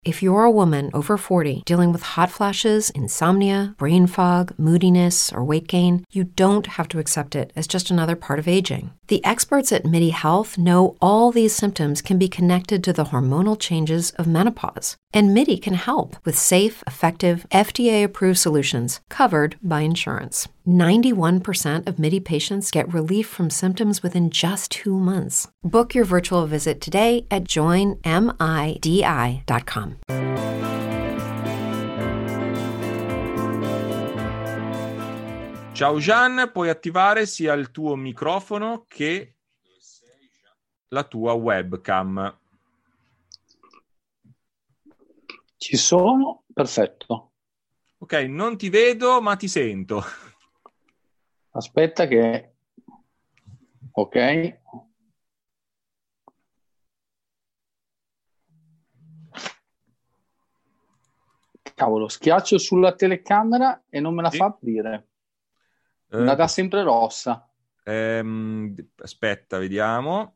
If you're a woman over 40 dealing with hot flashes, insomnia, brain fog, moodiness, or weight gain, you don't have to accept it as just another part of aging. The experts at MIDI Health know all these symptoms can be connected to the hormonal changes of menopause. And MIDI can help with safe, effective, FDA-approved solutions covered by insurance. 91% of MIDI patients get relief from symptoms within just 2 months. Book your virtual visit today at joinmidi.com. Ciao Gian, puoi attivare sia il tuo microfono che la tua webcam. Ci sono? Perfetto. Ok, non ti vedo ma ti sento. Aspetta che... Ok. Cavolo, schiaccio sulla telecamera e non me la fa aprire. È andata sempre rossa. Aspetta, vediamo.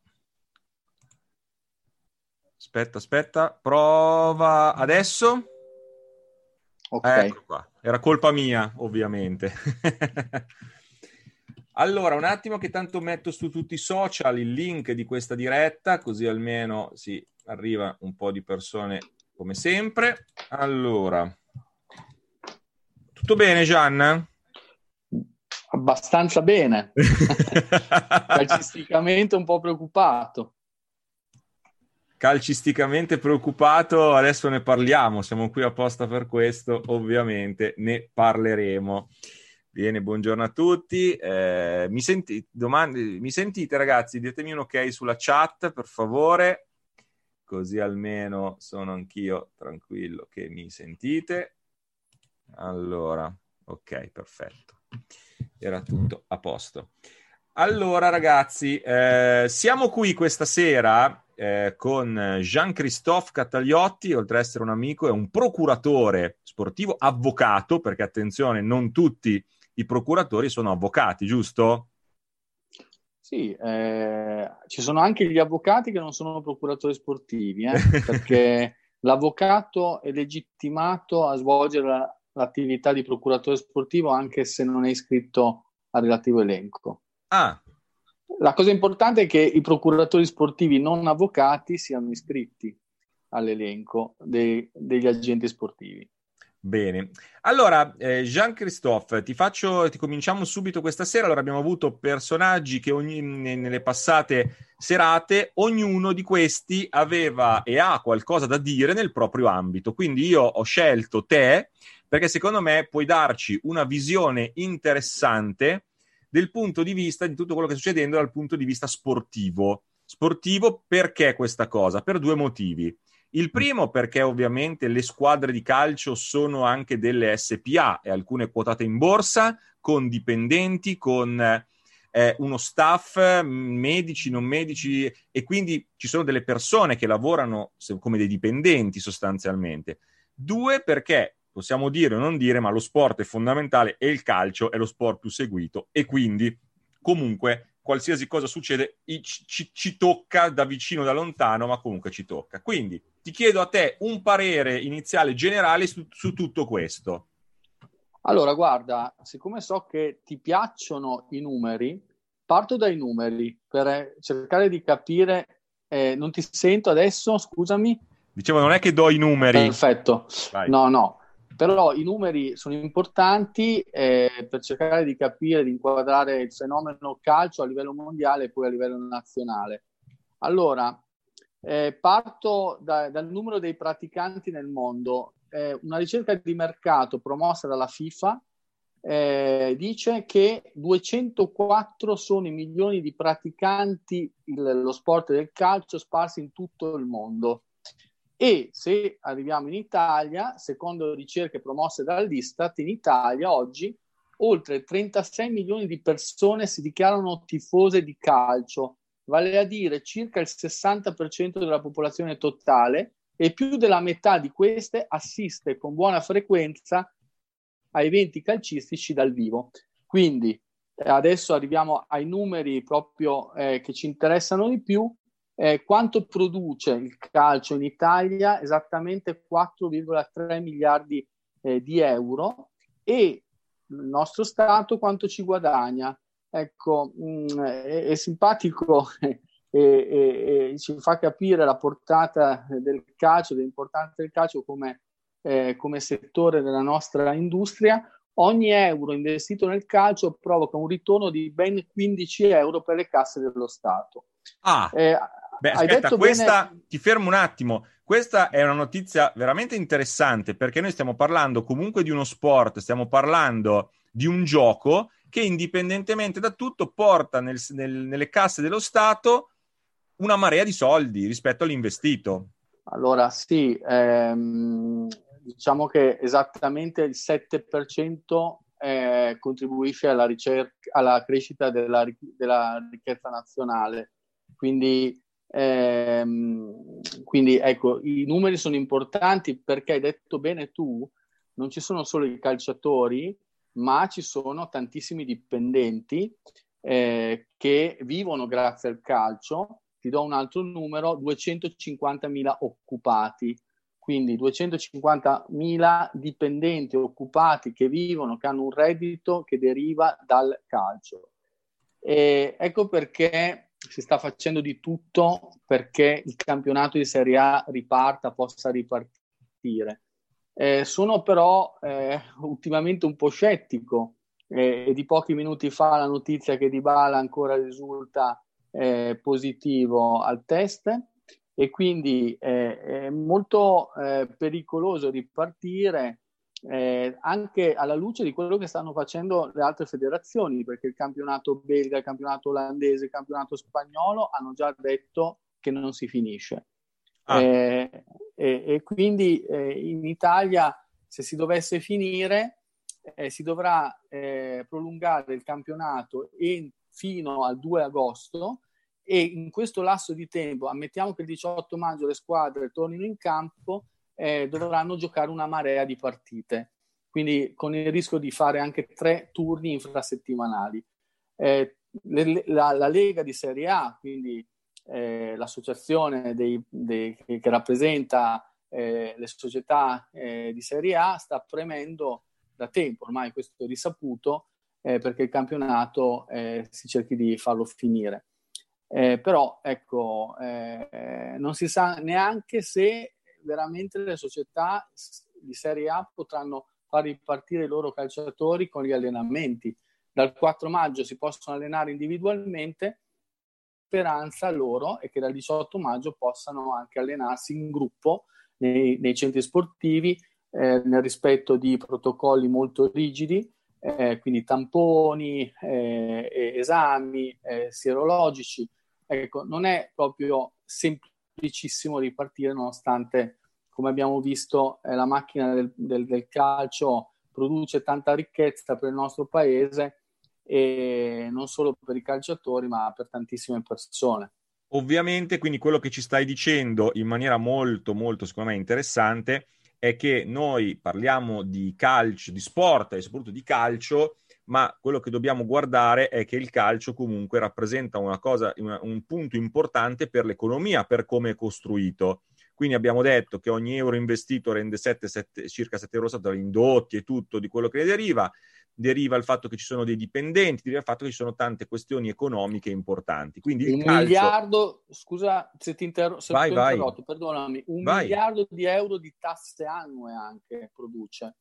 Aspetta. Prova adesso. Ok. Ecco qua. Era colpa mia, ovviamente. Allora, un attimo che tanto metto su tutti i social il link di questa diretta, così almeno si arriva un po' di persone come sempre. Allora, tutto bene, Gian? Abbastanza bene. Calcisticamente un po' preoccupato. Calcisticamente preoccupato, adesso ne parliamo, siamo qui apposta per questo, ovviamente ne parleremo. Bene, buongiorno a tutti. Mi sentite ragazzi? Ditemi un ok sulla chat, per favore, così almeno sono anch'io tranquillo che mi sentite. Allora, ok, perfetto. Era tutto a posto. Allora ragazzi, siamo qui questa sera con Jean-Christophe Cataliotti, oltre ad essere un amico, è un procuratore sportivo, avvocato, perché attenzione, non tutti i procuratori sono avvocati, giusto? Sì, ci sono anche gli avvocati che non sono procuratori sportivi, perché l'avvocato è legittimato a svolgere l'attività di procuratore sportivo anche se non è iscritto al relativo elenco. Ah. La cosa importante è che i procuratori sportivi non avvocati siano iscritti all'elenco degli agenti sportivi. Bene, allora Jean-Christophe, cominciamo subito questa sera. Allora abbiamo avuto personaggi che nelle passate serate, ognuno di questi aveva e ha qualcosa da dire nel proprio ambito, quindi io ho scelto te perché secondo me puoi darci una visione interessante del punto di vista di tutto quello che sta succedendo dal punto di vista sportivo. Sportivo perché questa cosa? Per due motivi. Il primo perché ovviamente le squadre di calcio sono anche delle SPA e alcune quotate in borsa, con dipendenti, con uno staff, medici, non medici, e quindi ci sono delle persone che lavorano come dei dipendenti sostanzialmente. Due, perché possiamo dire o non dire, ma lo sport è fondamentale e il calcio è lo sport più seguito e quindi comunque qualsiasi cosa succede ci tocca da vicino, da lontano, ma comunque ci tocca. Quindi ti chiedo a te un parere iniziale generale su tutto questo. Allora, guarda, siccome so che ti piacciono i numeri, parto dai numeri per cercare di capire. Non ti sento adesso, scusami. Dicevo, non è che do i numeri. Perfetto. Vai. No. Però i numeri sono importanti per cercare di capire, di inquadrare il fenomeno calcio a livello mondiale e poi a livello nazionale. Allora, parto dal numero dei praticanti nel mondo. Una ricerca di mercato promossa dalla FIFA dice che 204 sono i milioni di praticanti lo sport del calcio sparsi in tutto il mondo. E se arriviamo in Italia, secondo ricerche promosse dall'Istat, in Italia oggi oltre 36 milioni di persone si dichiarano tifose di calcio, vale a dire circa il 60% della popolazione totale, e più della metà di queste assiste con buona frequenza a eventi calcistici dal vivo. Quindi adesso arriviamo ai numeri proprio che ci interessano di più. Quanto produce il calcio in Italia? Esattamente 4,3 miliardi di euro, e il nostro Stato quanto ci guadagna? Ecco, è simpatico e ci fa capire la portata del calcio, dell'importanza del calcio come settore della nostra industria. Ogni euro investito nel calcio provoca un ritorno di ben 15 euro per le casse dello Stato. Beh, Hai aspetta, detto questa bene. ti fermo un attimo. Questa è una notizia veramente interessante, perché noi stiamo parlando comunque di uno sport, stiamo parlando di un gioco che indipendentemente da tutto porta nelle casse dello Stato una marea di soldi rispetto all'investito. Allora, sì, diciamo che esattamente il 7% contribuisce alla ricerca, alla crescita della ricchezza nazionale. Quindi ecco, i numeri sono importanti perché hai detto bene tu, non ci sono solo i calciatori, ma ci sono tantissimi dipendenti che vivono grazie al calcio. Ti do un altro numero: 250.000 occupati, quindi 250.000 dipendenti occupati che vivono, che hanno un reddito che deriva dal calcio. E ecco perché si sta facendo di tutto perché il campionato di Serie A riparta, possa ripartire. Sono però ultimamente un po' scettico, e di pochi minuti fa la notizia che Dybala ancora risulta positivo al test, e quindi è molto pericoloso ripartire, anche alla luce di quello che stanno facendo le altre federazioni, perché il campionato belga, il campionato olandese, il campionato spagnolo hanno già detto che non si finisce. E quindi in Italia, se si dovesse finire, si dovrà prolungare il campionato fino al 2 agosto, e in questo lasso di tempo, ammettiamo che il 18 maggio le squadre tornino in campo, dovranno giocare una marea di partite, quindi con il rischio di fare anche 3 turni infrasettimanali. La Lega di Serie A, quindi l'associazione che rappresenta le società di Serie A, sta premendo da tempo, ormai questo è risaputo, perché il campionato si cerchi di farlo finire. Però ecco, non si sa neanche se veramente le società di Serie A potranno far ripartire i loro calciatori con gli allenamenti. Dal 4 maggio si possono allenare individualmente, speranza loro è che dal 18 maggio possano anche allenarsi in gruppo nei centri sportivi, nel rispetto di protocolli molto rigidi, quindi tamponi, esami sierologici. Ecco, non è proprio semplicissimo ripartire, nonostante, come abbiamo visto, la macchina del calcio produce tanta ricchezza per il nostro paese, e non solo per i calciatori, ma per tantissime persone. Ovviamente, quindi quello che ci stai dicendo in maniera molto, molto, secondo me, interessante è che noi parliamo di calcio, di sport e soprattutto di calcio, ma quello che dobbiamo guardare è che il calcio comunque rappresenta una cosa, un punto importante per l'economia, per come è costruito. Quindi abbiamo detto che ogni euro investito rende circa 7 euro stato indotti e tutto di quello che ne deriva il fatto che ci sono dei dipendenti, deriva il fatto che ci sono tante questioni economiche importanti. Quindi il Un calcio... miliardo, scusa se ti ho interrotto, perdonami, un miliardo di euro di tasse annue anche produce.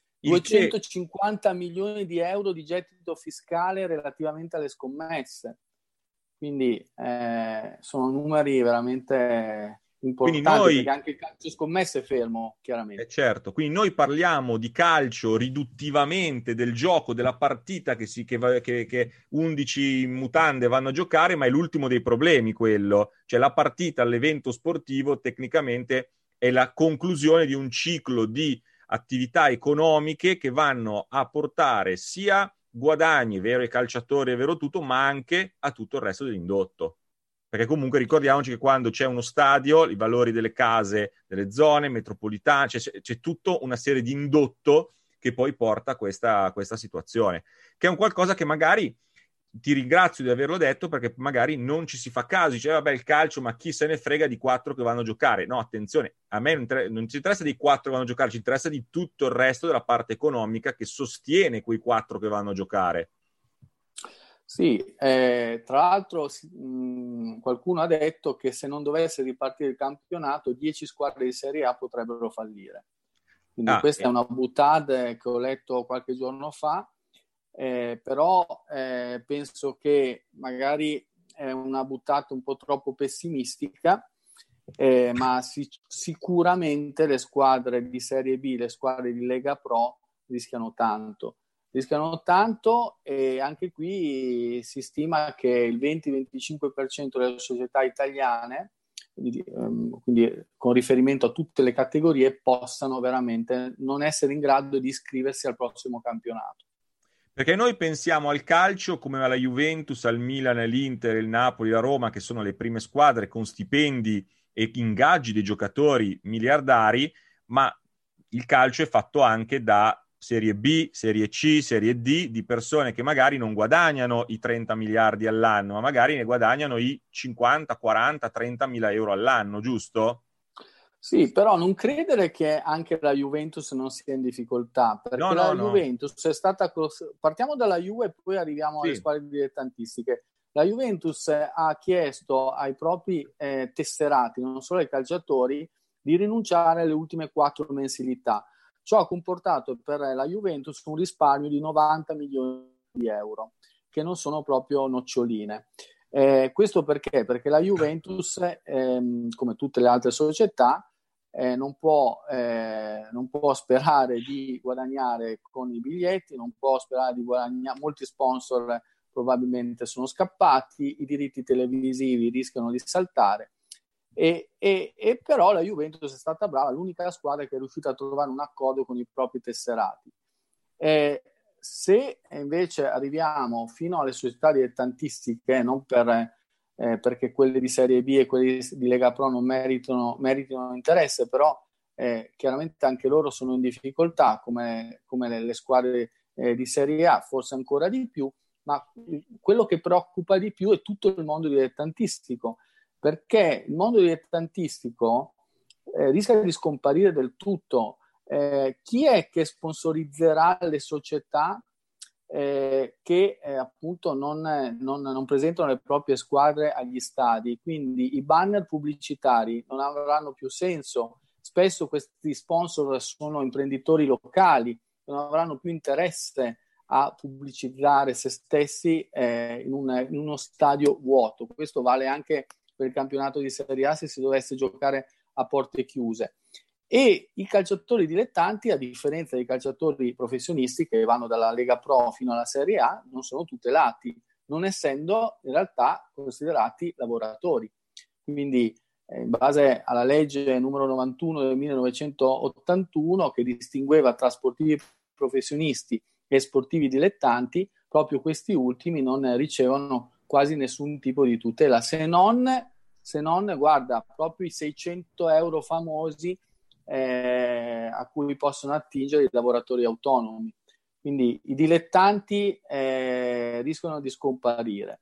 250 milioni di euro di gettito fiscale relativamente alle scommesse. Quindi sono numeri veramente importanti, perché anche il calcio scommesse è fermo, chiaramente. Certo, quindi noi parliamo di calcio riduttivamente, del gioco, della partita che 11 mutande vanno a giocare, ma è l'ultimo dei problemi quello. Cioè la partita, l'evento sportivo, tecnicamente è la conclusione di un ciclo di attività economiche che vanno a portare sia guadagni, vero ai calciatori, è vero tutto, ma anche a tutto il resto dell'indotto. Perché comunque ricordiamoci che quando c'è uno stadio, i valori delle case, delle zone metropolitane, c'è tutta una serie di indotto che poi porta a questa situazione, che è un qualcosa che magari ti ringrazio di averlo detto, perché magari non ci si fa caso, dice vabbè il calcio, ma chi se ne frega di 4 che vanno a giocare. No, attenzione, a me non ci interessa di 4 che vanno a giocare, ci interessa di tutto il resto della parte economica che sostiene quei 4 che vanno a giocare. Sì, tra l'altro qualcuno ha detto che se non dovesse ripartire il campionato 10 squadre di Serie A potrebbero fallire. Quindi questa è una boutade che ho letto qualche giorno fa, però penso che magari è una boutade un po' troppo pessimistica, ma sicuramente le squadre di Serie B, le squadre di Lega Pro rischiano tanto e anche qui si stima che il 20-25% delle società italiane, quindi con riferimento a tutte le categorie, possano veramente non essere in grado di iscriversi al prossimo campionato. Perché noi pensiamo al calcio come alla Juventus, al Milan, l'Inter, il Napoli, la Roma, che sono le prime squadre con stipendi e ingaggi dei giocatori miliardari, ma il calcio è fatto anche da Serie B, Serie C, Serie D, di persone che magari non guadagnano i 30 miliardi all'anno, ma magari ne guadagnano i 50, 40, 30 mila euro all'anno, giusto? Sì, però non credere che anche la Juventus non sia in difficoltà, perché la Juventus è stata... Partiamo dalla Juve e poi arriviamo alle squadre dilettantistiche. La Juventus ha chiesto ai propri tesserati, non solo ai calciatori, di rinunciare alle ultime 4 mensilità. Ciò ha comportato per la Juventus un risparmio di 90 milioni di euro, che non sono proprio noccioline. Questo perché? Perché la Juventus, come tutte le altre società, non può sperare di guadagnare con i biglietti, non può sperare di guadagnare. Molti sponsor probabilmente sono scappati, i diritti televisivi rischiano di saltare. E però la Juventus è stata brava, l'unica squadra che è riuscita a trovare un accordo con i propri tesserati. Se invece arriviamo fino alle società dilettantistiche, non perché quelle di Serie B e quelle di Lega Pro non meritano interesse, però chiaramente anche loro sono in difficoltà, come le squadre di Serie A, forse ancora di più, ma quello che preoccupa di più è tutto il mondo dilettantistico, perché il mondo dilettantistico rischia di scomparire del tutto. Chi è che sponsorizzerà le società che appunto non presentano le proprie squadre agli stadi? Quindi i banner pubblicitari non avranno più senso. Spesso questi sponsor sono imprenditori locali, non avranno più interesse a pubblicizzare se stessi in uno stadio vuoto. Questo vale anche per il campionato di Serie A se si dovesse giocare a porte chiuse. E i calciatori dilettanti, a differenza dei calciatori professionisti che vanno dalla Lega Pro fino alla Serie A, non sono tutelati, non essendo in realtà considerati lavoratori. Quindi in base alla legge numero 91 del 1981, che distingueva tra sportivi professionisti e sportivi dilettanti, proprio questi ultimi non ricevono quasi nessun tipo di tutela, se non guarda, proprio i 600 euro famosi a cui possono attingere i lavoratori autonomi. Quindi i dilettanti rischiano di scomparire.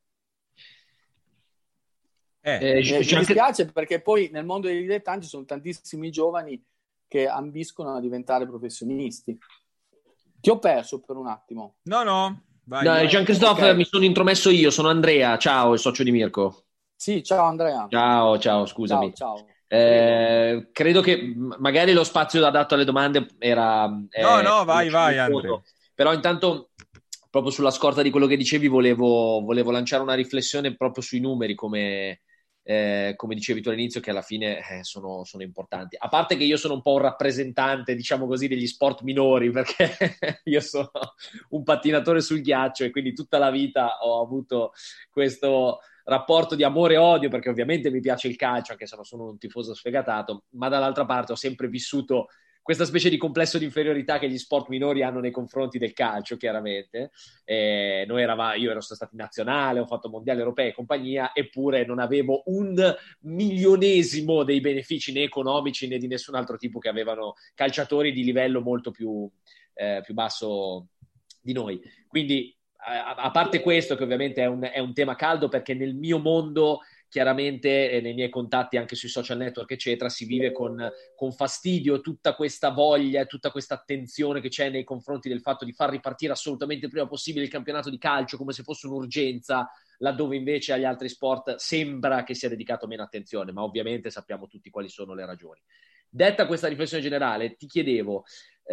Mi dispiace perché poi nel mondo dei dilettanti ci sono tantissimi giovani che ambiscono a diventare professionisti. Ti ho perso per un attimo. No. Vai, no, Jean-Christophe, okay. Mi sono intromesso io, sono Andrea, ciao, il socio di Mirko. Sì, ciao Andrea. Ciao, scusami. Ciao. Credo che magari lo spazio adatto alle domande era... No, vai Andrea. Però intanto, proprio sulla scorta di quello che dicevi, volevo lanciare una riflessione proprio sui numeri, come dicevi tu all'inizio, che alla fine sono importanti. A parte che io sono un po' un rappresentante, diciamo così, degli sport minori, perché io sono un pattinatore sul ghiaccio e quindi tutta la vita ho avuto questo rapporto di amore e odio, perché ovviamente mi piace il calcio, anche se non sono un tifoso sfegatato, ma dall'altra parte ho sempre vissuto questa specie di complesso di inferiorità che gli sport minori hanno nei confronti del calcio, chiaramente. Io ero stato in nazionale, ho fatto mondiali europei e compagnia, eppure non avevo un milionesimo dei benefici né economici né di nessun altro tipo che avevano calciatori di livello molto più basso di noi. Quindi a parte questo, che ovviamente è un tema caldo, perché nel mio mondo, chiaramente, nei miei contatti anche sui social network, eccetera, si vive con fastidio tutta questa voglia, tutta questa attenzione che c'è nei confronti del fatto di far ripartire assolutamente il prima possibile il campionato di calcio, come se fosse un'urgenza, laddove invece agli altri sport sembra che sia dedicato meno attenzione, ma ovviamente sappiamo tutti quali sono le ragioni. Detta questa riflessione generale, ti chiedevo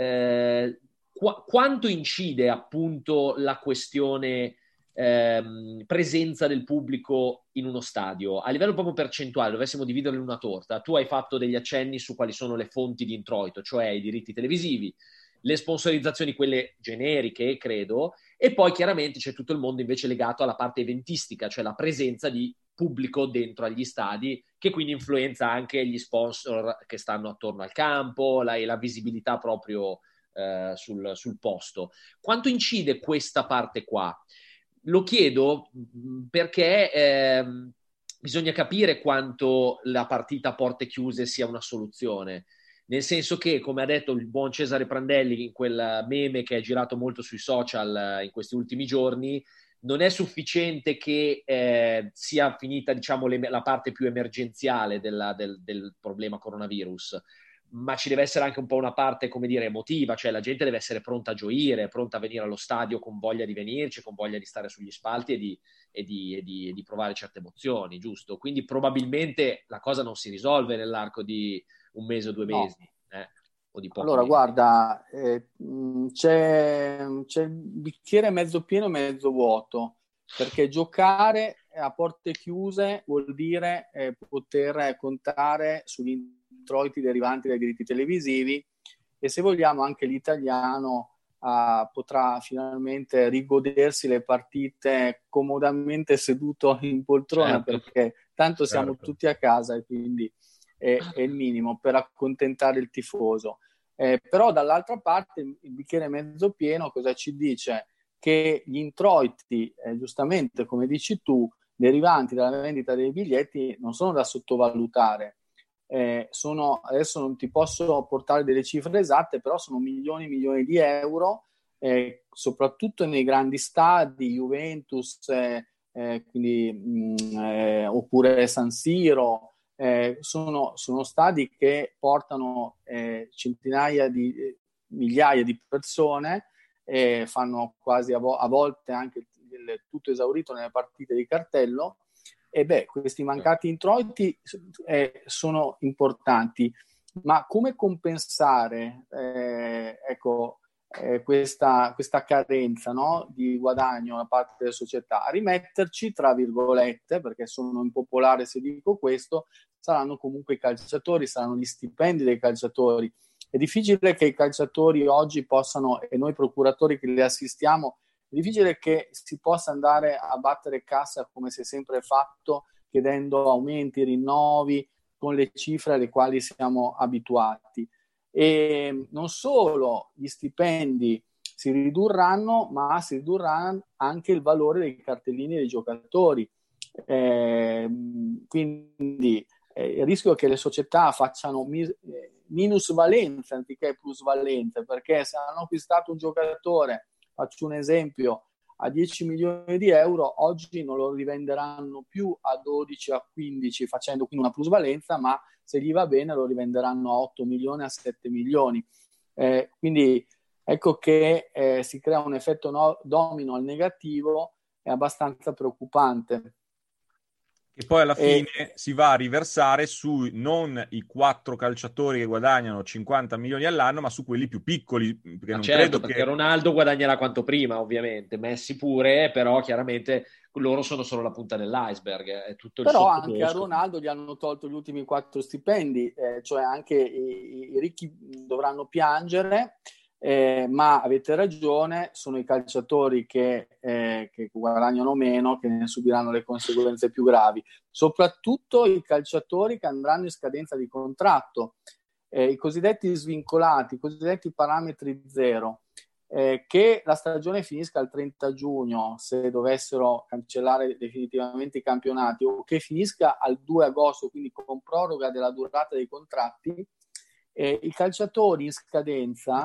quanto incide appunto la questione presenza del pubblico in uno stadio a livello proprio percentuale. Dovessimo dividerlo in una torta. Tu hai fatto degli accenni su quali sono le fonti di introito, cioè i diritti televisivi, le sponsorizzazioni, quelle generiche, credo, e poi chiaramente c'è tutto il mondo invece legato alla parte eventistica, cioè la presenza di pubblico dentro agli stadi, che quindi influenza anche gli sponsor che stanno attorno al campo, la visibilità proprio sul posto. Quanto incide questa parte qua? Lo chiedo perché bisogna capire quanto la partita a porte chiuse sia una soluzione, nel senso che, come ha detto il buon Cesare Prandelli in quel meme che è girato molto sui social in questi ultimi giorni, non è sufficiente che sia finita, diciamo, la parte più emergenziale del problema coronavirus, ma ci deve essere anche un po' una parte, come dire, emotiva, cioè la gente deve essere pronta a gioire, pronta a venire allo stadio con voglia di venirci, con voglia di stare sugli spalti e di provare certe emozioni, giusto? Quindi probabilmente la cosa non si risolve nell'arco di un mese o 2 mesi, o di pochi allora, mesi. guarda, c'è il bicchiere mezzo pieno e mezzo vuoto, perché giocare a porte chiuse vuol dire poter contare sugli introiti derivanti dai diritti televisivi, e se vogliamo anche l'italiano potrà finalmente rigodersi le partite comodamente seduto in poltrona, Certo. perché tanto siamo Certo. tutti a casa e quindi è il minimo per accontentare il tifoso. Però dall'altra parte il bicchiere mezzo pieno cosa ci dice? Che gli introiti, giustamente come dici tu, derivanti dalla vendita dei biglietti non sono da sottovalutare. Adesso non ti posso portare delle cifre esatte, però sono milioni e milioni di euro, soprattutto nei grandi stadi, Juventus, oppure San Siro. Sono stadi che portano centinaia di migliaia di persone, fanno quasi a volte anche tutto esaurito nelle partite di cartello. E questi mancati introiti sono importanti, ma come compensare questa carenza, no, di guadagno da parte delle società? A rimetterci, tra virgolette, perché sono impopolare se dico questo, saranno comunque i calciatori, saranno gli stipendi dei calciatori. È difficile che i calciatori oggi possano, e noi procuratori che li assistiamo, è difficile che si possa andare a battere cassa come si è sempre fatto, chiedendo aumenti, rinnovi, con le cifre alle quali siamo abituati. E non solo gli stipendi si ridurranno, ma si ridurrà anche il valore dei cartellini dei giocatori. Quindi il rischio è che le società facciano minusvalenza anziché plusvalenza, perché se hanno acquistato un giocatore, faccio un esempio, a 10 milioni di euro, oggi non lo rivenderanno più a 12, a 15, facendo quindi una plusvalenza, ma se gli va bene lo rivenderanno a 8 milioni, a 7 milioni. Quindi ecco che si crea un effetto domino al negativo, è abbastanza preoccupante. E poi alla fine si va a riversare su non i 4 calciatori che guadagnano 50 milioni all'anno, ma su quelli più piccoli. Perché non certo, credo perché che Ronaldo guadagnerà quanto prima, ovviamente, Messi pure, però chiaramente loro sono solo la punta dell'iceberg, è tutto il Però anche a sottobosco. Ronaldo gli hanno tolto gli ultimi 4 stipendi, cioè anche i ricchi dovranno piangere, ma avete ragione, sono i calciatori che guadagnano meno che ne subiranno le conseguenze più gravi, soprattutto i calciatori che andranno in scadenza di contratto, i cosiddetti svincolati, i cosiddetti parametri zero. Che la stagione finisca il 30 giugno se dovessero cancellare definitivamente i campionati, o che finisca al 2 agosto, quindi con proroga della durata dei contratti, i calciatori in scadenza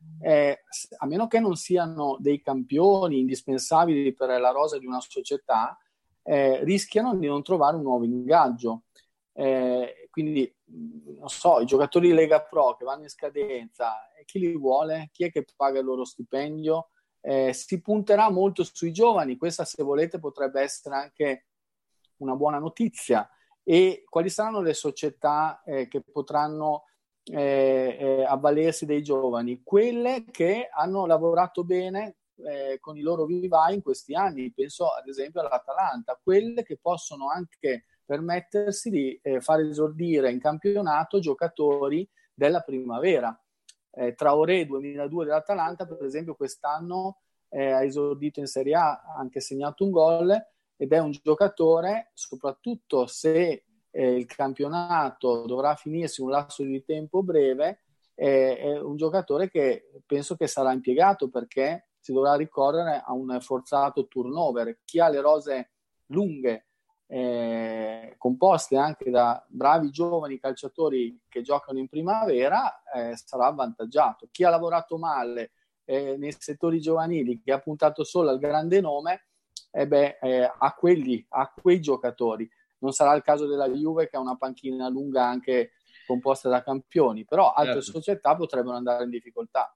a meno che non siano dei campioni indispensabili per la rosa di una società, rischiano di non trovare un nuovo ingaggio. Quindi, non so, i giocatori di Lega Pro che vanno in scadenza, chi li vuole? Chi è che paga il loro stipendio? Si punterà molto sui giovani, questa, se volete, potrebbe essere anche una buona notizia. E quali saranno le società che potranno avvalersi dei giovani? Quelle che hanno lavorato bene con i loro vivai in questi anni, penso ad esempio all'Atalanta, quelle che possono anche permettersi di far esordire in campionato giocatori della primavera. Traoré 2002 dell'Atalanta, per esempio, quest'anno ha esordito in Serie A, ha anche segnato un gol, ed è un giocatore, soprattutto se il campionato dovrà finirsi in un lasso di tempo breve, è un giocatore che penso che sarà impiegato, perché si dovrà ricorrere a un forzato turnover. Chi ha le rose lunghe, composte anche da bravi giovani calciatori che giocano in primavera, sarà avvantaggiato. Chi ha lavorato male nei settori giovanili, che ha puntato solo al grande nome, a quei giocatori. Non sarà il caso della Juve, che ha una panchina lunga anche composta da campioni, però altre società potrebbero andare in difficoltà.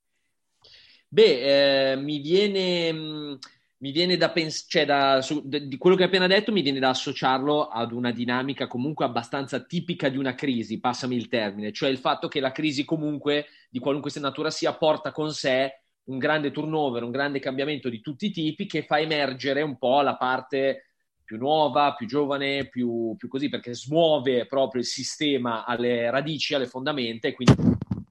Mi viene da pensare, di quello che hai appena detto, mi viene da associarlo ad una dinamica comunque abbastanza tipica di una crisi, passami il termine, cioè il fatto che la crisi comunque, di qualunque natura sia, porta con sé un grande turnover, un grande cambiamento di tutti i tipi, che fa emergere un po' la parte più nuova, più giovane, più così, perché smuove proprio il sistema alle radici, alle fondamenta, e quindi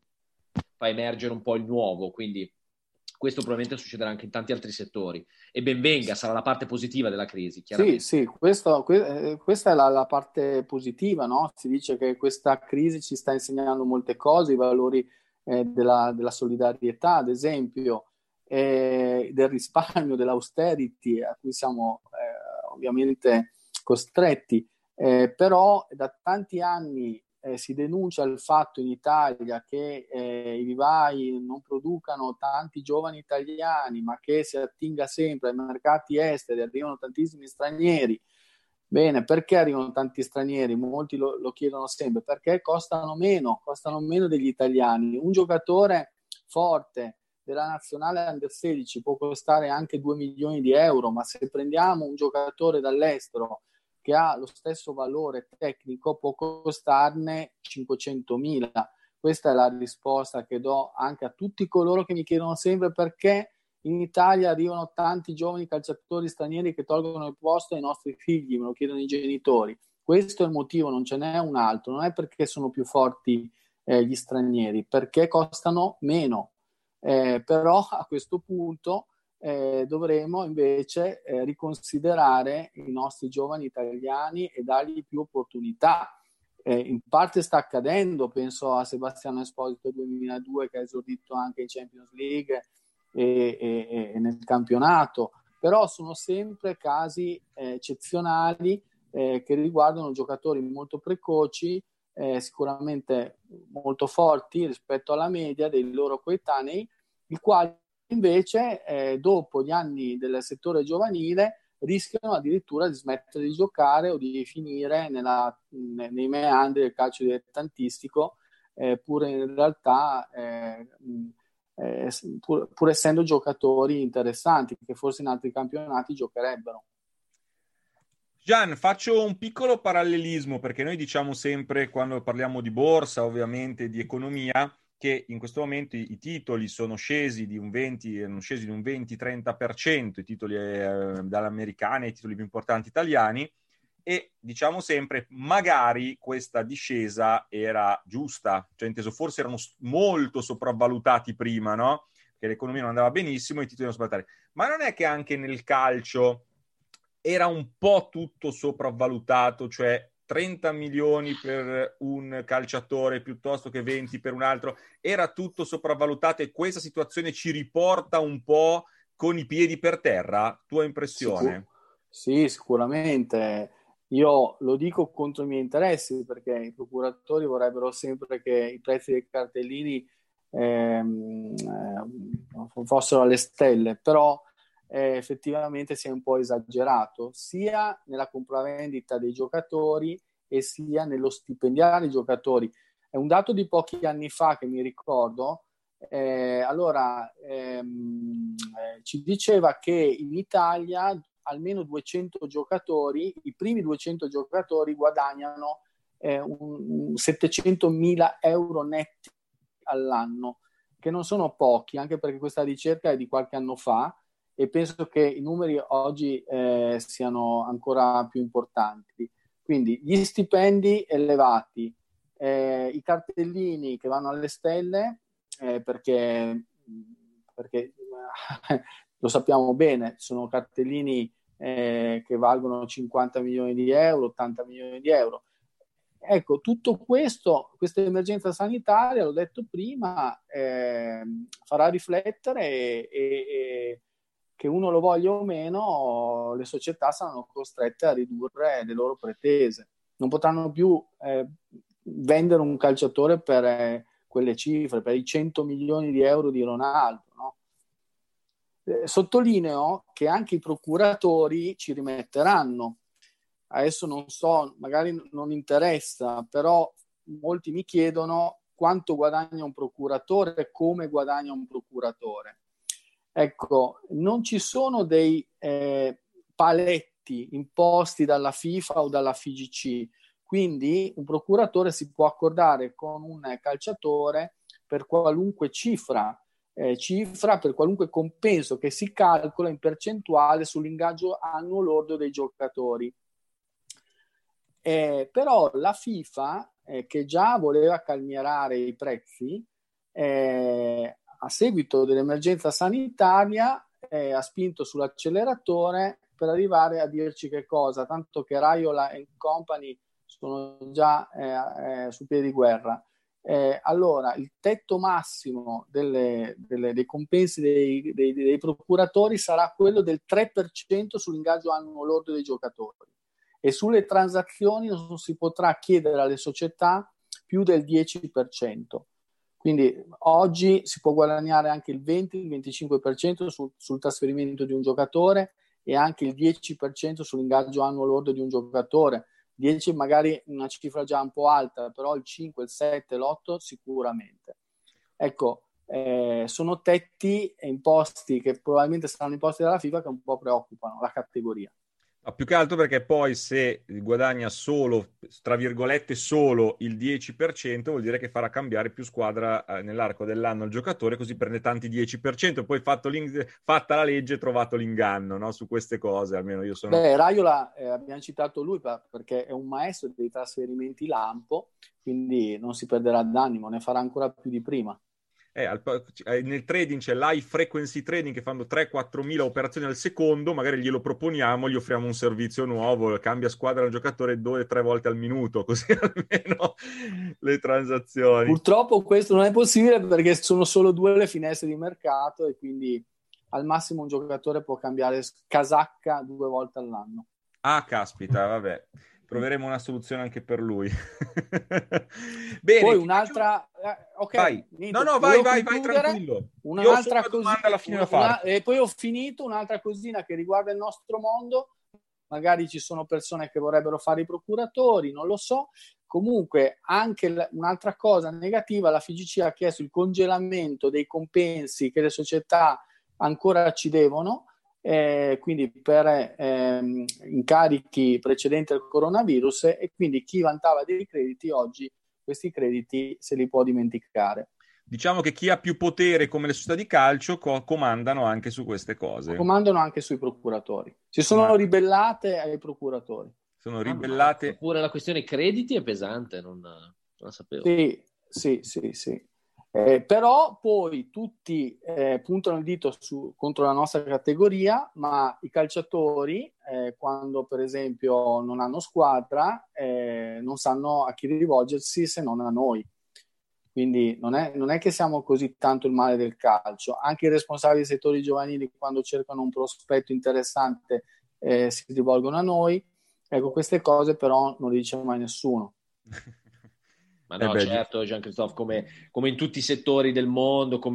fa emergere un po' il nuovo. Quindi questo probabilmente succederà anche in tanti altri settori, e ben venga, sarà la parte positiva della crisi, chiaramente. Sì, questa è la parte positiva, no? Si dice che questa crisi ci sta insegnando molte cose, i valori della solidarietà, ad esempio, del risparmio, dell'austerity, a cui siamo ovviamente costretti, però da tanti anni si denuncia il fatto in Italia che i vivai non producano tanti giovani italiani, ma che si attinga sempre ai mercati esteri, arrivano tantissimi stranieri. Bene, perché arrivano tanti stranieri? Molti lo chiedono sempre, perché costano meno degli italiani. Un giocatore forte della nazionale Under 16 può costare anche 2 milioni di euro, ma se prendiamo un giocatore dall'estero che ha lo stesso valore tecnico, può costarne 500.000. Questa è la risposta che do anche a tutti coloro che mi chiedono sempre perché in Italia arrivano tanti giovani calciatori stranieri che tolgono il posto ai nostri figli, me lo chiedono i genitori. Questo è il motivo, non ce n'è un altro, non è perché sono più forti gli stranieri, perché costano meno. Però a questo punto dovremo invece riconsiderare i nostri giovani italiani e dargli più opportunità. In parte sta accadendo, penso a Sebastiano Esposito 2002, che ha esordito anche in Champions League e nel campionato, però sono sempre casi eccezionali che riguardano giocatori molto precoci, sicuramente molto forti rispetto alla media dei loro coetanei, i quali invece dopo gli anni del settore giovanile rischiano addirittura di smettere di giocare o di finire nei meandri del calcio dilettantistico, pur in realtà pur essendo giocatori interessanti che forse in altri campionati giocherebbero. Gian, faccio un piccolo parallelismo, perché noi diciamo sempre, quando parliamo di borsa, ovviamente di economia, che in questo momento i titoli sono scesi di un 20-30%, i titoli dall'americana, i titoli più importanti italiani, e diciamo sempre magari questa discesa era giusta, cioè inteso forse erano molto sopravvalutati prima, no? Che l'economia non andava benissimo, i titoli erano sopravvalutati. Ma non è che anche nel calcio era un po' tutto sopravvalutato, cioè 30 milioni per un calciatore piuttosto che 20 per un altro, era tutto sopravvalutato, e questa situazione ci riporta un po' con i piedi per terra? Tua impressione? Sì, sicuramente. Io lo dico contro i miei interessi, perché i procuratori vorrebbero sempre che i prezzi dei cartellini fossero alle stelle, però effettivamente si è un po' esagerato sia nella compravendita dei giocatori e sia nello stipendiare i giocatori. È un dato di pochi anni fa che mi ricordo. Ci diceva che in Italia almeno 200 giocatori, i primi 200 giocatori guadagnano 700.000 euro netti all'anno, che non sono pochi, anche perché questa ricerca è di qualche anno fa e penso che i numeri oggi siano ancora più importanti. Quindi gli stipendi elevati, i cartellini che vanno alle stelle, perché lo sappiamo bene, sono cartellini che valgono 50 milioni di euro, 80 milioni di euro. Ecco, tutto questo, questa emergenza sanitaria, l'ho detto prima, farà riflettere e che uno lo voglia o meno, le società saranno costrette a ridurre le loro pretese. Non potranno più vendere un calciatore per quelle cifre, per i 100 milioni di euro di Ronaldo, no? Sottolineo che anche i procuratori ci rimetteranno. Adesso non so, magari non interessa, però molti mi chiedono quanto guadagna un procuratore, come guadagna un procuratore. Ecco, non ci sono dei paletti imposti dalla FIFA o dalla FIGC, quindi un procuratore si può accordare con un calciatore per qualunque cifra, per qualunque compenso che si calcola in percentuale sull'ingaggio annuo lordo dei giocatori. Però la FIFA, che già voleva calmierare i prezzi, a seguito dell'emergenza sanitaria, ha spinto sull'acceleratore per arrivare a dirci che cosa, tanto che Raiola e Company sono già su piedi di guerra. Allora, il tetto massimo dei compensi dei procuratori sarà quello del 3% sull'ingaggio annuo lordo dei giocatori. E sulle transazioni non si potrà chiedere alle società più del 10%. Quindi oggi si può guadagnare anche il 20-25% sul trasferimento di un giocatore e anche il 10% sull'ingaggio annuo lordo di un giocatore. 10 magari una cifra già un po' alta, però il 5, il 7, l'8 sicuramente. Ecco, sono tetti imposti che probabilmente saranno imposti dalla FIFA che un po' preoccupano la categoria. Ma più che altro perché poi se guadagna solo, tra virgolette, solo il 10%, vuol dire che farà cambiare più squadra nell'arco dell'anno il giocatore, così prende tanti 10%. Poi fatta la legge, trovato l'inganno, no? Su queste cose, almeno io sono... Raiola, abbiamo citato lui perché è un maestro dei trasferimenti lampo, quindi non si perderà d'animo, ne farà ancora più di prima. Nel trading c'è l'high frequency trading che fanno 3-4 mila operazioni al secondo, magari glielo proponiamo, gli offriamo un servizio nuovo, cambia squadra al giocatore 2-3 volte al minuto, così almeno le transazioni. Purtroppo questo non è possibile perché sono solo 2 le finestre di mercato e quindi al massimo un giocatore può cambiare casacca 2 volte all'anno. Ah, caspita, vabbè. Troveremo una soluzione anche per lui. Bene. Poi un'altra... ok, vai. Niente, vai tranquillo. Un'altra domanda alla fine da fare. E poi ho finito un'altra cosina che riguarda il nostro mondo. Magari ci sono persone che vorrebbero fare i procuratori, non lo so. Comunque, anche un'altra cosa negativa, la FIGC ha chiesto il congelamento dei compensi che le società ancora ci devono, quindi per incarichi precedenti al coronavirus, e quindi chi vantava dei crediti oggi questi crediti se li può dimenticare. Diciamo che chi ha più potere come le società di calcio comandano anche su queste cose. Comandano anche sui procuratori. Si sono ribellate ai procuratori. Sono ribellate. Pure la questione crediti è pesante, non la sapevo. Sì. Però poi tutti puntano il dito contro la nostra categoria, ma i calciatori quando per esempio non hanno squadra non sanno a chi rivolgersi se non a noi. Quindi non è che siamo così tanto il male del calcio. Anche i responsabili dei settori giovanili, quando cercano un prospetto interessante, si rivolgono a noi. Ecco, queste cose però non le dice mai nessuno. Ma no, certo, Jean-Christophe, come in tutti i settori del mondo, come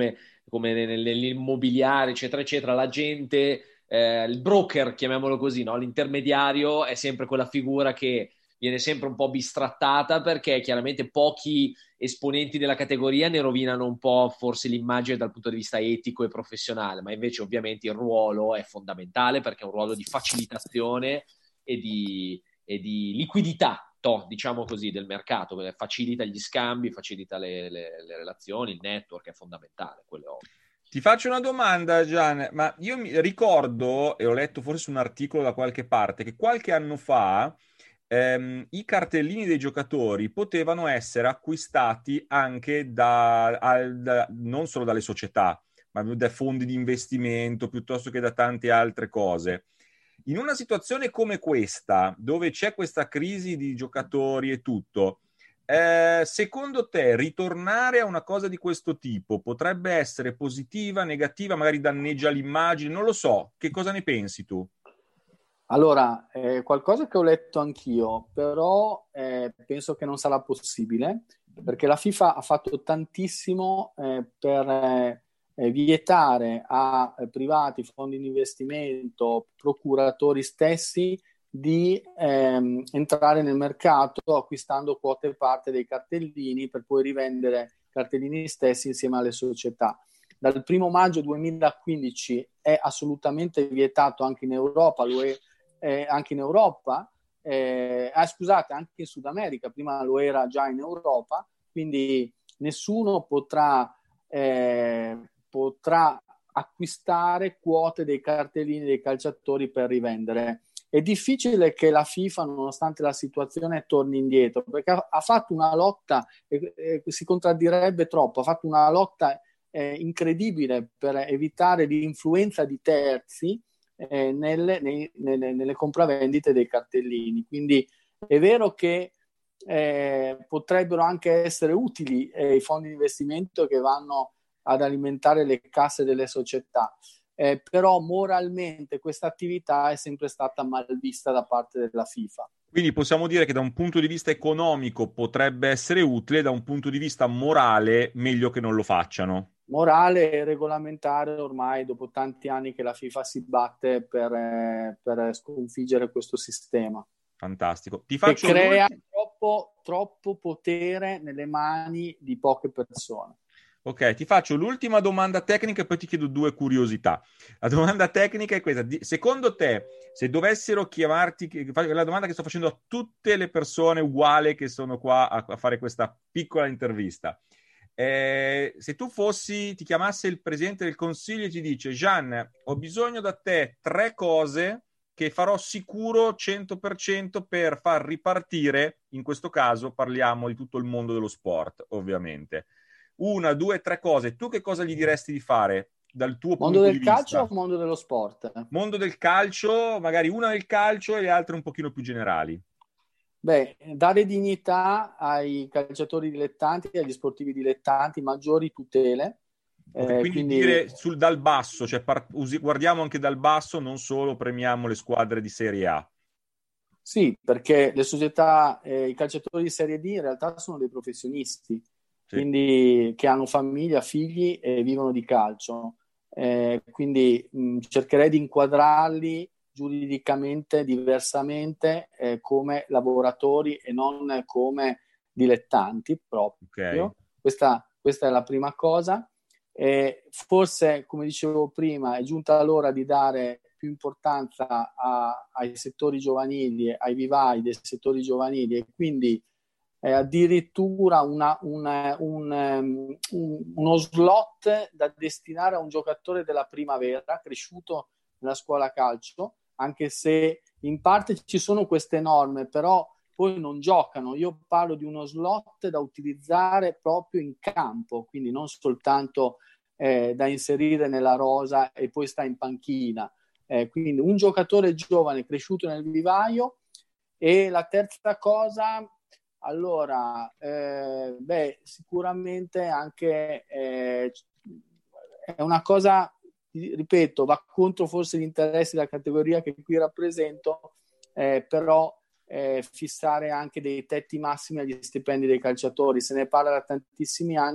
come nell'immobiliare, eccetera, eccetera, la gente, il broker, chiamiamolo così, no? L'intermediario è sempre quella figura che viene sempre un po' bistrattata, perché chiaramente pochi esponenti della categoria ne rovinano un po' forse l'immagine dal punto di vista etico e professionale, ma invece ovviamente il ruolo è fondamentale, perché è un ruolo di facilitazione e di liquidità, diciamo così, del mercato, facilita gli scambi, facilita le relazioni, il network è fondamentale, quello è ovvio. Ti faccio una domanda, Gian, ma io mi ricordo, e ho letto forse su un articolo da qualche parte, che qualche anno fa i cartellini dei giocatori potevano essere acquistati anche non solo dalle società, ma da fondi di investimento piuttosto che da tante altre cose. In una situazione come questa, dove c'è questa crisi di giocatori e tutto, secondo te ritornare a una cosa di questo tipo potrebbe essere positiva, negativa, magari danneggia l'immagine? Non lo so. Che cosa ne pensi tu? Allora, qualcosa che ho letto anch'io, però penso che non sarà possibile, perché la FIFA ha fatto tantissimo per vietare a privati, fondi di investimento, procuratori stessi di entrare nel mercato acquistando quote parte dei cartellini per poi rivendere cartellini stessi insieme alle società. Dal 1° maggio 2015 è assolutamente vietato anche in Europa, anche in Europa, scusate, anche in Sud America, prima lo era già in Europa, quindi nessuno potrà acquistare quote dei cartellini dei calciatori per rivendere. È difficile che la FIFA, nonostante la situazione, torni indietro, perché ha fatto una lotta, si contraddirebbe troppo, ha fatto una lotta incredibile per evitare l'influenza di terzi nelle compravendite dei cartellini. Quindi è vero che potrebbero anche essere utili i fondi di investimento che vanno ad alimentare le casse delle società, però moralmente questa attività è sempre stata mal vista da parte della FIFA. Quindi possiamo dire che da un punto di vista economico potrebbe essere utile, da un punto di vista morale meglio che non lo facciano. Morale e regolamentare, ormai dopo tanti anni che la FIFA si batte per sconfiggere questo sistema. Fantastico. Ti Che faccio crea troppo potere nelle mani di poche persone. Ok, ti faccio l'ultima domanda tecnica e poi ti chiedo due curiosità. La domanda tecnica è questa. Secondo te, se dovessero chiamarti, la domanda che sto facendo a tutte le persone uguali che sono qua a fare questa piccola intervista. Se tu ti chiamasse il presidente del consiglio e ti dice: Gian, ho bisogno da te 3 cose che farò sicuro 100% per far ripartire, in questo caso parliamo di tutto il mondo dello sport, ovviamente. 1, 2, 3 cose. Tu che cosa gli diresti di fare dal tuo Mondo punto del di calcio vista? o mondo dello sport? Mondo del calcio, magari una del calcio e le altre un pochino più generali. Beh, dare dignità ai calciatori dilettanti e agli sportivi dilettanti, maggiori tutele. Okay, quindi dire dal basso, cioè guardiamo anche dal basso, non solo premiamo le squadre di Serie A. Sì, perché le società, i calciatori di Serie D in realtà sono dei professionisti, sì, quindi che hanno famiglia, figli e vivono di calcio. Quindi cercherei di inquadrarli giuridicamente diversamente come lavoratori e non come dilettanti proprio. Okay. Questa è la prima cosa. Forse, come dicevo prima, è giunta l'ora di dare più importanza ai settori giovanili, ai vivai dei settori giovanili, e quindi addirittura uno slot da destinare a un giocatore della primavera cresciuto nella scuola calcio, anche se in parte ci sono queste norme, però poi non giocano. Io parlo di uno slot da utilizzare proprio in campo, quindi non soltanto da inserire nella rosa e poi sta in panchina. Quindi un giocatore giovane cresciuto nel vivaio. E la terza cosa, allora, sicuramente anche è una cosa, ripeto, va contro forse gli interessi della categoria che qui rappresento, però fissare anche dei tetti massimi agli stipendi dei calciatori. Se ne parla da tantissimi anni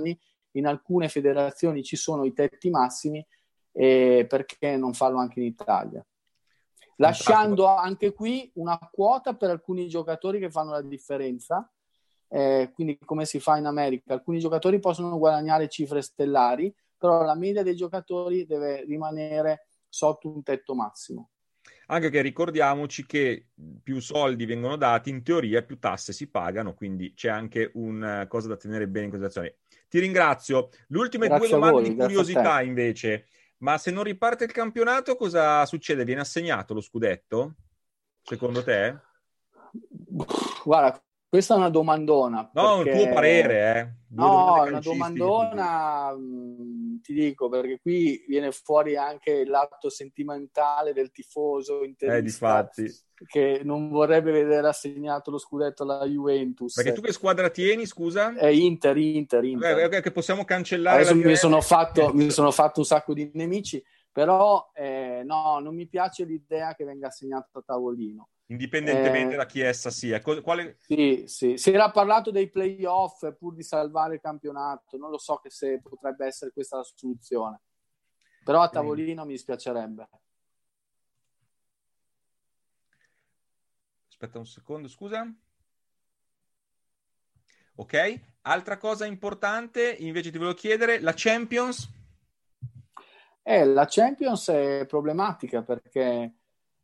in alcune federazioni ci sono i tetti massimi, perché non farlo anche in Italia? Lasciando anche qui una quota per alcuni giocatori che fanno la differenza, quindi come si fa in America, alcuni giocatori possono guadagnare cifre stellari, però la media dei giocatori deve rimanere sotto un tetto massimo. Anche che ricordiamoci che più soldi vengono dati, in teoria più tasse si pagano, quindi c'è anche una cosa da tenere bene in considerazione. Ti ringrazio. Le ultime due domande di curiosità invece. Ma se non riparte il campionato, cosa succede? Viene assegnato lo scudetto? Secondo te? Guarda, questa è una domandona. No, perché... un tuo parere, No, una domandona, ti dico, perché qui viene fuori anche il lato sentimentale del tifoso interista, che non vorrebbe vedere assegnato lo scudetto alla Juventus. Perché tu che squadra tieni, scusa? Inter. Che possiamo cancellare. Adesso mi sono fatto un sacco di nemici, però no, non mi piace l'idea che venga assegnato a tavolino. Indipendentemente da chi essa sia. Sì. Si era parlato dei playoff pur di salvare il campionato. Non lo so se potrebbe essere questa la soluzione. Però a tavolino mi dispiacerebbe. Aspetta un secondo, scusa. Ok. Altra cosa importante, invece ti volevo chiedere, la Champions? La Champions è problematica perché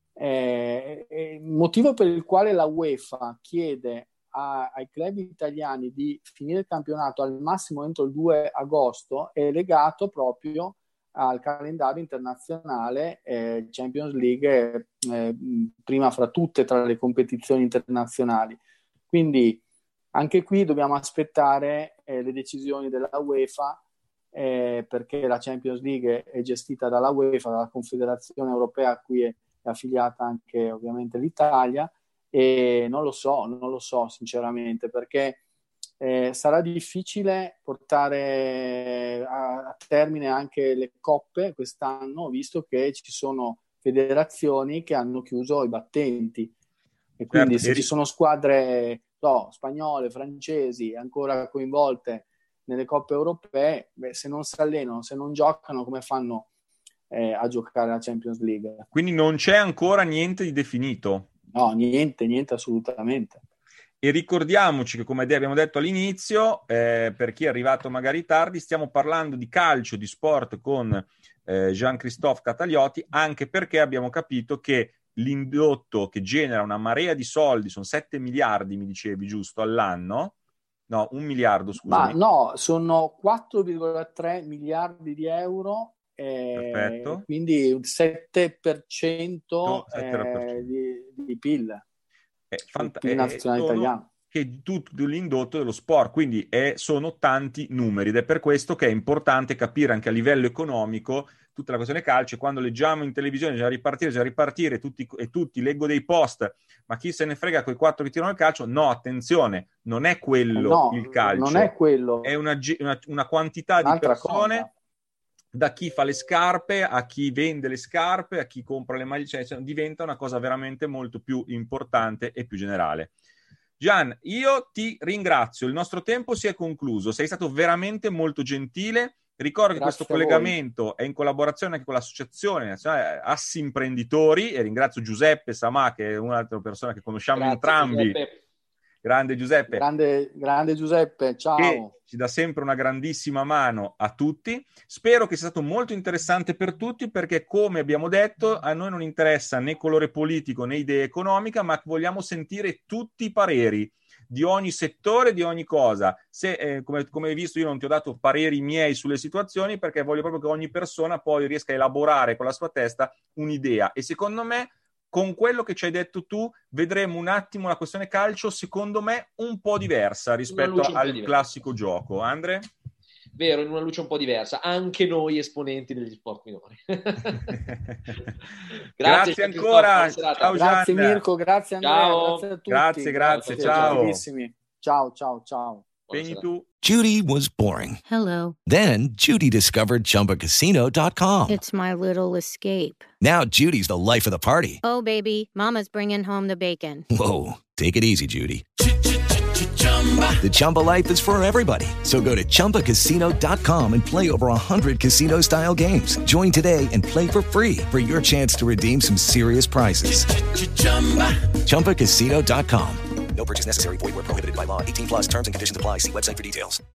il motivo per il quale la UEFA chiede ai club italiani di finire il campionato al massimo entro il 2 agosto è legato proprio al calendario internazionale, Champions League prima fra tutte tra le competizioni internazionali. Quindi anche qui dobbiamo aspettare le decisioni della UEFA, perché la Champions League è gestita dalla UEFA, dalla Confederazione Europea a cui è affiliata anche ovviamente l'Italia, e non lo so sinceramente, perché sarà difficile portare a termine anche le coppe quest'anno, visto che ci sono federazioni che hanno chiuso i battenti, e quindi se ci sono squadre spagnole, francesi ancora coinvolte nelle coppe europee, se non si allenano, se non giocano, come fanno a giocare la Champions League? Quindi non c'è ancora niente di definito? No, niente assolutamente. E ricordiamoci che, come abbiamo detto all'inizio, per chi è arrivato magari tardi, stiamo parlando di calcio, di sport con Jean-Christophe Catagliotti, anche perché abbiamo capito che l'indotto che genera una marea di soldi, sono 7 miliardi, mi dicevi, giusto, all'anno? No, 1 miliardo, scusami. Ma no, sono 4,3 miliardi di euro. Perfetto. Quindi un 7% di PIL, PIL nazionale italiano, che è tutto l'indotto dello sport, quindi sono tanti numeri, ed è per questo che è importante capire anche a livello economico tutta la questione calcio. Quando leggiamo in televisione bisogna ripartire, tutti leggo dei post, ma chi se ne frega quei 4 che tirano il calcio? No, attenzione, non è quello il calcio, non è quello, è una quantità di persone cosa. Da chi fa le scarpe, a chi vende le scarpe, a chi compra le maglie, cioè diventa una cosa veramente molto più importante e più generale. Gian, io ti ringrazio, il nostro tempo si è concluso, sei stato veramente molto gentile. Ricordo che questo collegamento è in collaborazione anche con l'associazione nazionale Assi Imprenditori, e ringrazio Giuseppe Samà, che è un'altra persona che conosciamo entrambi. Giuseppe. Grande Giuseppe. Grande Giuseppe, ciao. Che ci dà sempre una grandissima mano a tutti. Spero che sia stato molto interessante per tutti, perché, come abbiamo detto, a noi non interessa né colore politico né idea economica, ma vogliamo sentire tutti i pareri di ogni settore, di ogni cosa. Se, come hai visto, io non ti ho dato pareri miei sulle situazioni, perché voglio proprio che ogni persona poi riesca a elaborare con la sua testa un'idea. E secondo me, con quello che ci hai detto tu, vedremo un attimo la questione calcio, secondo me, un po' diversa rispetto al classico gioco. Andre? Vero, in una luce un po' diversa, anche noi esponenti degli sport minori. Grazie ancora. Ciao, grazie Mirko, grazie Andrea, ciao. Grazie a tutti. Grazie, ciao. Ciao. Spegni tu. Judy was boring. Hello. Then Judy discovered ChumbaCasino.com. It's my little escape. Now Judy's the life of the party. Oh, baby, mama's bringing home the bacon. Whoa, take it easy, Judy. The Chumba life is for everybody. So go to ChumbaCasino.com and play over 100 casino-style games. Join today and play for free for your chance to redeem some serious prizes. ChumbaCasino.com. No purchase necessary. Void where prohibited by law. 18+ terms and conditions apply. See website for details.